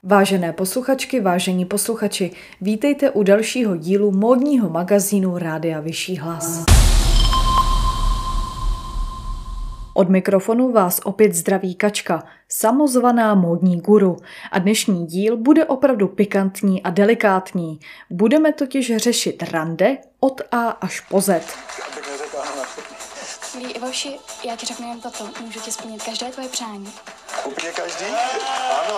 Vážené posluchačky, vážení posluchači, vítejte u dalšího dílu módního magazínu Rádia Vyšší hlas. Od mikrofonu vás opět zdraví Kačka, samozvaná módní guru. A dnešní díl bude opravdu pikantní a delikátní. Budeme totiž řešit rande od A až po Z. Milý Ivoši, já ti řeknu jen toto, můžu ti splnit každé tvoje přání. Úplně každý? Ano.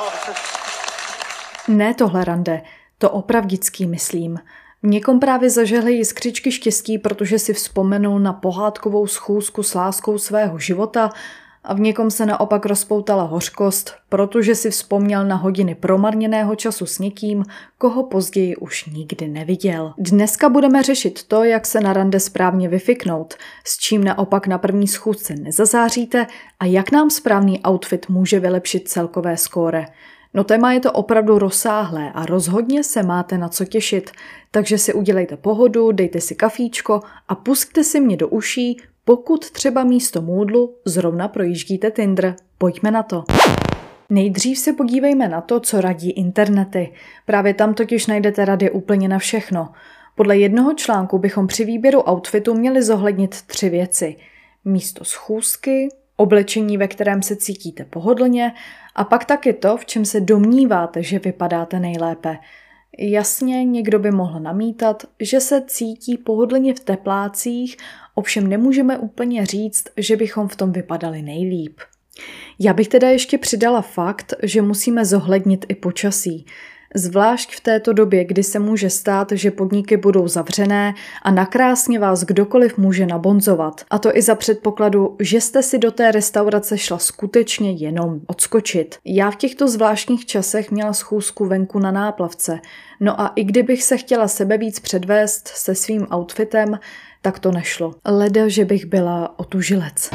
Ne tohle rande, to opravdický myslím. V někom právě zažehly jiskřičky štěstí, protože si vzpomenul na pohádkovou schůzku s láskou svého života a v někom se naopak rozpoutala hořkost, protože si vzpomněl na hodiny promarněného času s někým, koho později už nikdy neviděl. Dneska budeme řešit to, jak se na rande správně vyfiknout, s čím naopak na první schůzce nezazáříte a jak nám správný outfit může vylepšit celkové skóre. No téma je to opravdu rozsáhlé a rozhodně se máte na co těšit, takže si udělejte pohodu, dejte si kafíčko a pusťte si mě do uší, pokud třeba místo Moodlu zrovna projíždíte Tinder. Pojďme na to. Nejdřív se podívejme na to, co radí internety. Právě tam totiž najdete rady úplně na všechno. Podle jednoho článku bychom při výběru outfitu měli zohlednit 3 věci. Místo schůzky, oblečení, ve kterém se cítíte pohodlně a pak taky to, v čem se domníváte, že vypadáte nejlépe. Jasně, někdo by mohl namítat, že se cítí pohodlně v teplácích, ovšem nemůžeme úplně říct, že bychom v tom vypadali nejlíp. Já bych teda ještě přidala fakt, že musíme zohlednit i počasí. Zvlášť v této době, kdy se může stát, že podniky budou zavřené a nakrásně vás kdokoliv může nabonzovat. A to i za předpokladu, že jste si do té restaurace šla skutečně jenom odskočit. Já v těchto zvláštních časech měla schůzku venku na náplavce. No a i kdybych se chtěla sebevíc předvést se svým outfitem, tak to nešlo. Leda, že bych byla otužilec.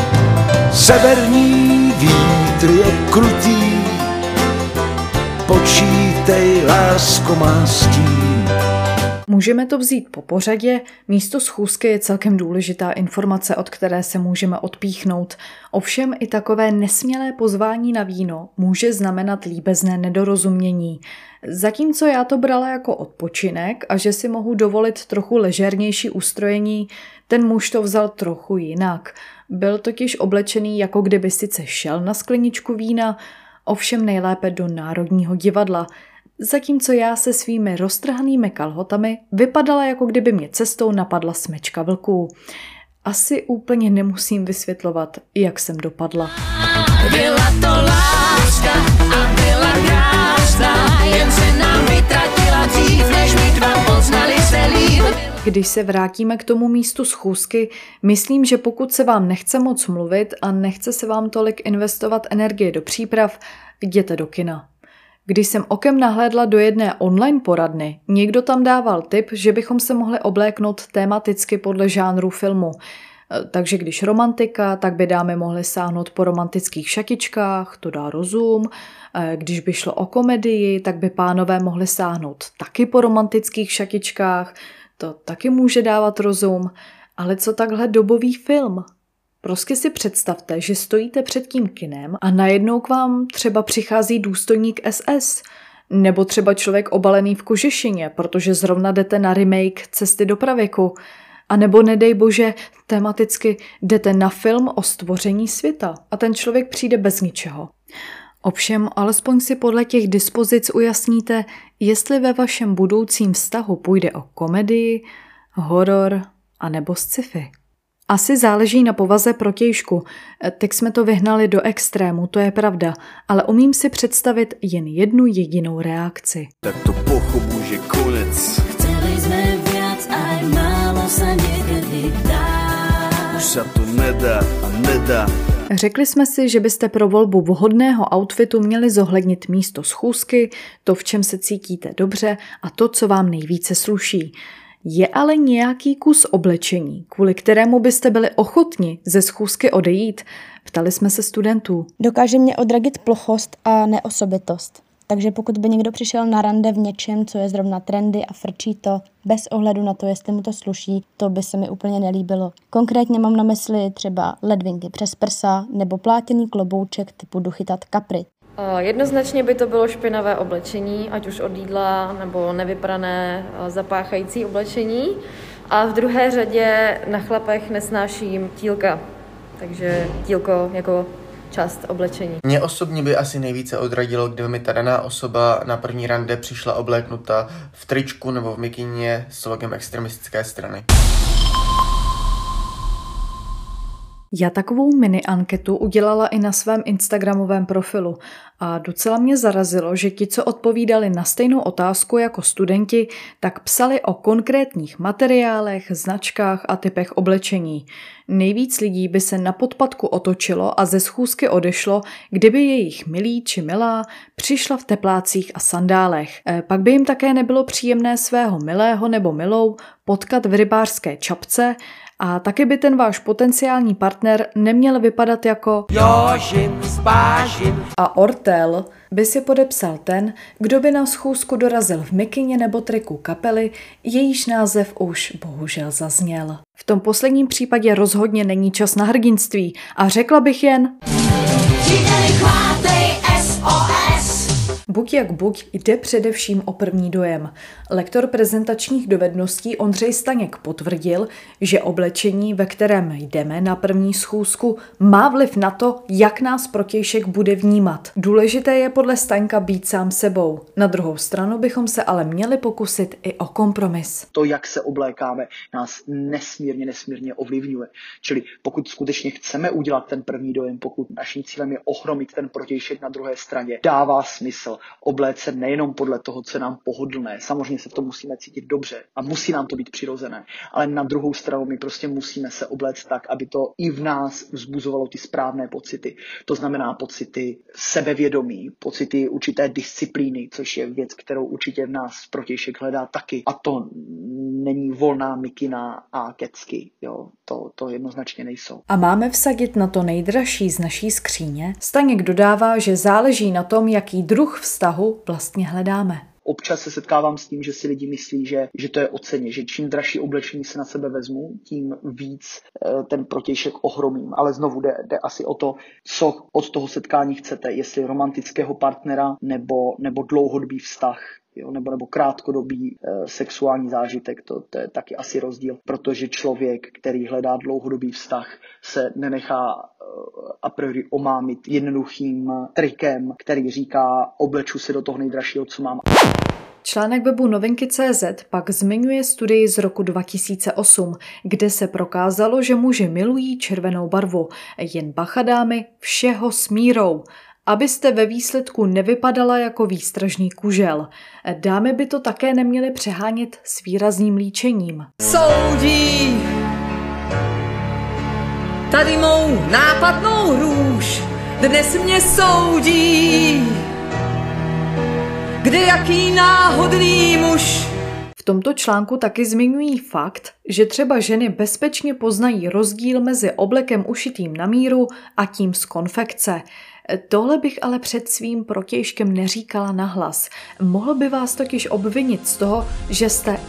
Severní vítr je krutý, počítej, lásko má stín. Můžeme to vzít po pořadě, místo schůzky je celkem důležitá informace, od které se můžeme odpíchnout. Ovšem i takové nesmělé pozvání na víno může znamenat líbezné nedorozumění. Zatímco já to brala jako odpočinek a že si mohu dovolit trochu ležérnější ustrojení, ten muž to vzal trochu jinak. Byl totiž oblečený, jako kdyby sice šel na skleničku vína, ovšem nejlépe do Národního divadla, zatímco já se svými roztrhanými kalhotami vypadala, jako kdyby mě cestou napadla smečka vlků. Asi úplně nemusím vysvětlovat, jak jsem dopadla. Byla to láska a byla krásná, jen se nám vytratila dřív, než my dva poznali se líp. Když se vrátíme k tomu místu schůzky, myslím, že pokud se vám nechce moc mluvit a nechce se vám tolik investovat energie do příprav, jděte do kina. Když jsem okem nahlédla do jedné online poradny, někdo tam dával tip, že bychom se mohli obléknout tematicky podle žánru filmu. Takže když romantika, tak by dámy mohly sáhnout po romantických šatičkách, to dá rozum. Když by šlo o komedii, tak by pánové mohli sáhnout taky po romantických šatičkách, to taky může dávat rozum. Ale co takhle dobový film? Prostě si představte, že stojíte před tím kinem a najednou k vám třeba přichází důstojník SS, nebo třeba člověk obalený v kožešině, protože zrovna jdete na remake Cesty do pravěku, a nebo nedej bože, tematicky jdete na film o stvoření světa a ten člověk přijde bez ničeho. Ovšem, alespoň si podle těch dispozic ujasníte, jestli ve vašem budoucím vztahu půjde o komedii, horor a nebo sci-fi. Asi záleží na povaze protějšku. Teď jsme to vyhnali do extrému, to je pravda, ale umím si představit jen jednu jedinou reakci. Tak to pochopu, že konec. Chceli jsme viac, aj málo sa niekedy dá. Už sa to nedá a nedá. Řekli jsme si, že byste pro volbu vhodného outfitu měli zohlednit místo schůzky, to, v čem se cítíte dobře a to, co vám nejvíce sluší. Je ale nějaký kus oblečení, kvůli kterému byste byli ochotni ze schůzky odejít? Ptali jsme se studentů. Dokáže mě odradit plochost a neosobitost. Takže pokud by někdo přišel na rande v něčem, co je zrovna trendy a frčí to, bez ohledu na to, jestli mu to sluší, to by se mi úplně nelíbilo. Konkrétně mám na mysli třeba ledvinky přes prsa nebo plátěný klobouček typu Duchytat Capri. Jednoznačně by to bylo špinavé oblečení, ať už od jídla nebo nevyprané zapáchající oblečení. A v druhé řadě na chlapech nesnáším tílka, takže tílko jako část oblečení. Mě osobně by asi nejvíce odradilo, kdyby mi ta daná osoba na první rande přišla obléknuta v tričku nebo v mikině s logem extremistické strany. Já takovou mini anketu udělala i na svém instagramovém profilu a docela mě zarazilo, že ti, co odpovídali na stejnou otázku jako studenti, tak psali o konkrétních materiálech, značkách a typech oblečení. Nejvíc lidí by se na podpatku otočilo a ze schůzky odešlo, kdyby jejich milý či milá přišla v teplácích a sandálech. Pak by jim také nebylo příjemné svého milého nebo milou potkat v rybářské čapce a taky by ten váš potenciální partner neměl vypadat jako Jožim Spážim. A ortel by si podepsal ten, kdo by na schůzku dorazil v mikině nebo triku kapely, jejíž název už bohužel zazněl. V tom posledním případě rozhodně není čas na hrdinství a řekla bych jen buď jak buď jde především o první dojem. Lektor prezentačních dovedností Ondřej Staněk potvrdil, že oblečení, ve kterém jdeme na první schůzku, má vliv na to, jak nás protějšek bude vnímat. Důležité je podle Staňka být sám sebou. Na druhou stranu bychom se ale měli pokusit i o kompromis. To, jak se oblékáme, nás nesmírně ovlivňuje. Čili pokud skutečně chceme udělat ten první dojem, pokud naším cílem je ochromit ten protějšek na druhé straně, dává smysl obléct se nejenom podle toho, co je nám pohodlné. Samozřejmě se v tom musíme cítit dobře a musí nám to být přirozené. Ale na druhou stranu my prostě musíme se obléct tak, aby to i v nás vzbuzovalo ty správné pocity. To znamená pocity sebevědomí, pocity určité disciplíny, což je věc, kterou určitě v nás protějšek hledá taky. A to není volná mikina a kecky. Jo, to jednoznačně nejsou. A máme vsadit na to nejdražší z naší skříně? Staněk dodává, že záleží na tom, jaký druh vztahu vlastně hledáme. Občas se setkávám s tím, že si lidi myslí, že to je o ceně, že čím dražší oblečení se na sebe vezmu, tím víc ten protějšek ohromím. Ale znovu jde asi o to, co od toho setkání chcete, jestli romantického partnera nebo dlouhodobý vztah. Jo, nebo krátkodobý sexuální zážitek, to je taky asi rozdíl, protože člověk, který hledá dlouhodobý vztah, se nenechá a priori omámit jednoduchým trikem, který říká, obleču se do toho nejdražšího, co mám. Článek webu Novinky.cz pak zmiňuje studii z roku 2008, kde se prokázalo, že muži milují červenou barvu. Jen bacha dámy, všeho s mírou. Abyste ve výsledku nevypadala jako výstražný kužel. Dámy by to také neměly přehánět s výrazným líčením. Soudí tady mou nápadnou růž, dnes mě soudí, kde jaký náhodný muž. V tomto článku taky zmiňují fakt, že třeba ženy bezpečně poznají rozdíl mezi oblekem ušitým na míru a tím z konfekce. Tohle bych ale před svým protějškem neříkala nahlas. Mohl by vás totiž obvinit z toho, že jste...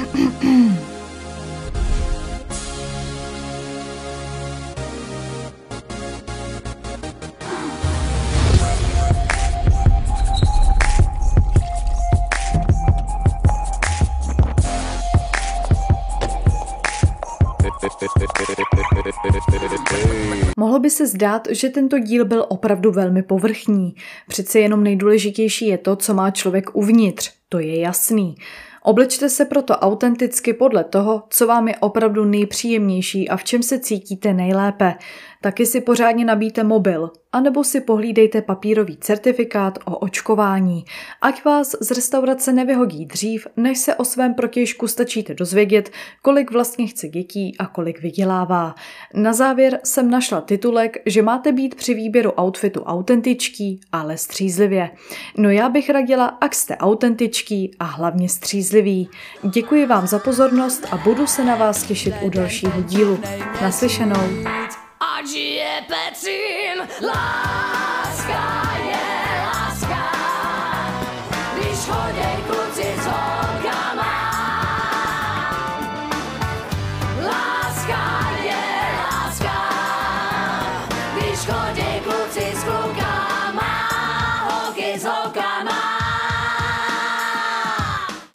Mohlo by se zdát, že tento díl byl opravdu velmi povrchní. Přece jenom nejdůležitější je to, co má člověk uvnitř. To je jasný. Oblečte se proto autenticky podle toho, co vám je opravdu nejpříjemnější a v čem se cítíte nejlépe. Taky si pořádně nabijte mobil, anebo si pohlídejte papírový certifikát o očkování. Ať vás z restaurace nevyhodí dřív, než se o svém protějšku stačíte dozvědět, kolik vlastně chce dětí a kolik vydělává. Na závěr jsem našla titulek, že máte být při výběru outfitu autentičtí, ale střízlivě. No já bych radila, ať jste autentičtí a hlavně střízliví. Děkuji vám za pozornost a budu se na vás těšit u dalšího dílu. Naslyšenou. Ať je Petřín, láska je láska, když hodě